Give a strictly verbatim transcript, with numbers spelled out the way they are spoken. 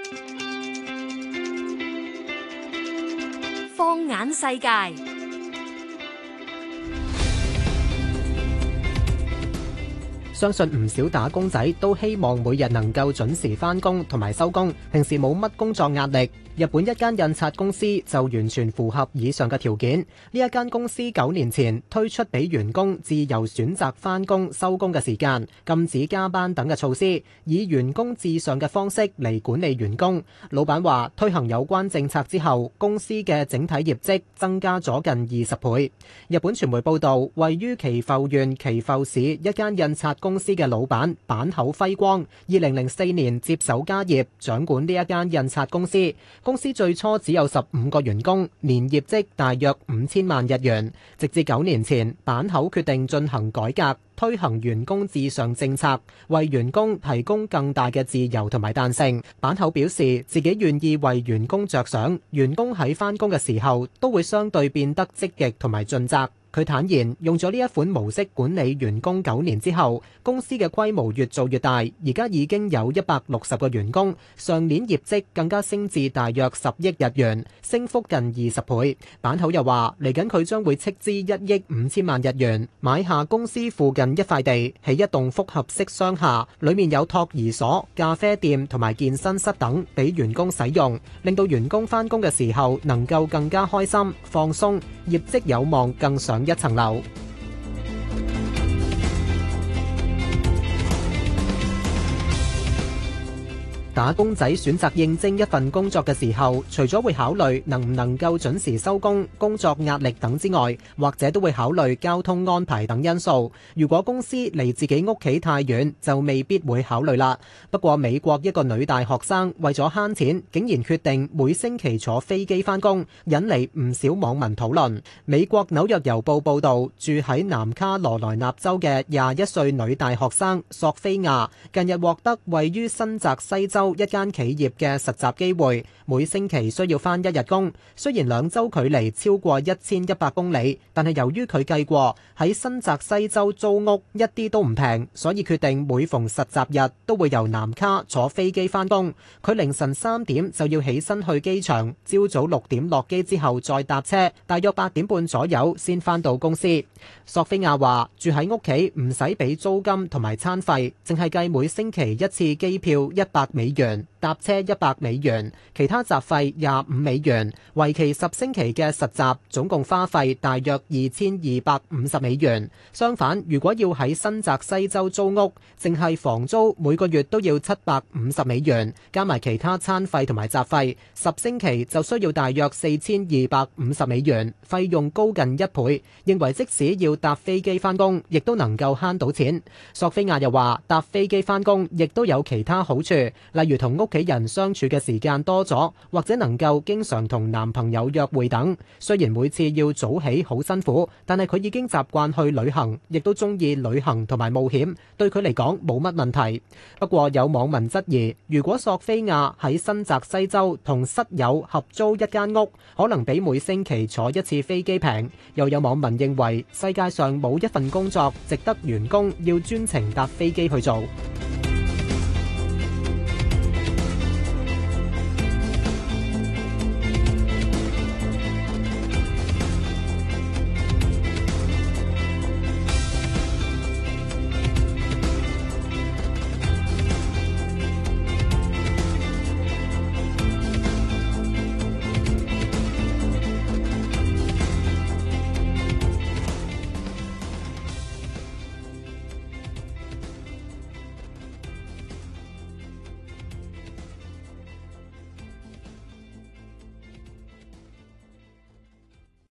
放眼世界。 相信唔少打工仔都希望每日能夠準時返工同埋收工，平時冇乜工作壓力。日本一間印刷公司就完全符合以上嘅條件。呢一間公司九年前推出俾員工自由選擇返工收工嘅時間，禁止加班等嘅措施，以員工至上嘅方式嚟管理員工。老闆話推行有關政策之後，公司嘅整體業績增加咗近二十倍。日本傳媒報道，位於岐阜縣岐阜市一間印刷公司嘅老闆坂口輝光，二零零四年接手家業，掌管呢一間印刷公司。公司最初只有十五個員工，年業績大約五千萬日元。直至九年前，坂口決定進行改革，推行員工至上政策，為員工提供更大嘅自由同埋彈性。坂口表示自己願意為員工着想，員工喺返工嘅時候都會相對變得積極同埋盡責。佢坦言，用咗呢一款模式管理員工九年之後，公司嘅規模越做越大，而家已經有一百六十個員工，上年業績更加升至大約十億日元，升幅近二十倍。坂口又話，嚟緊佢將會斥資一億五千萬日元買下公司附近一塊地，起一棟複合式商廈，裡面有托兒所、咖啡店同埋健身室等，俾員工使用，令到員工返工嘅時候能夠更加開心、放鬆，業績有望更上一層樓。打工仔選擇應徵一份工作嘅時候，除咗會考慮能唔能夠準時收工、工作壓力等之外，或者都會考慮交通安排等因素。如果公司離自己屋企太遠，就未必會考慮啦。不過美國一個女大學生為咗慳錢，竟然決定每星期坐飛機返工，引嚟唔少網民討論。美國紐約郵報報導，住喺南卡羅來納州嘅廿一歲女大學生索菲亞，近日獲得位於新澤西州一間企業嘅實習機會，每星期需要返一日工。雖然兩州距離超過一千一百公里，但係由於佢計過喺新澤西州租屋一啲都唔平，所以決定每逢實習日都會由南卡坐飛機返工。佢凌晨三點就要起身去機場，朝早六點落機之後再搭車，大約八點半左右先返到公司。索菲亞話住喺屋企唔使俾租金同埋餐費，淨係計每星期一次機票一百美元，搭車一百美元，其他雜費廿五美元，為期十星期嘅實習總共花費大約二千二百五十美元。相反，如果要喺新澤西州租屋，淨係房租每個月都要七百五十美元，加埋其他餐費同埋雜費，十星期就需要大約四千二百五十美元，費用高近一倍。認為即使要搭飛機返工，亦都能夠慳到錢。索菲亞又話搭飛機返工亦都有其他好處，例如同屋企人相處嘅時間多咗，或者能夠經常同男朋友約會等。雖然每次要早起好辛苦，但係佢已經習慣去旅行，亦都中意旅行同埋冒險，對佢嚟講冇乜問題。不過有網民質疑，如果索菲亞喺新澤西州同室友合租一間屋，可能比每星期坐一次飛機平。又有網民認為世界上冇一份工作值得員工要專程搭飛機去做。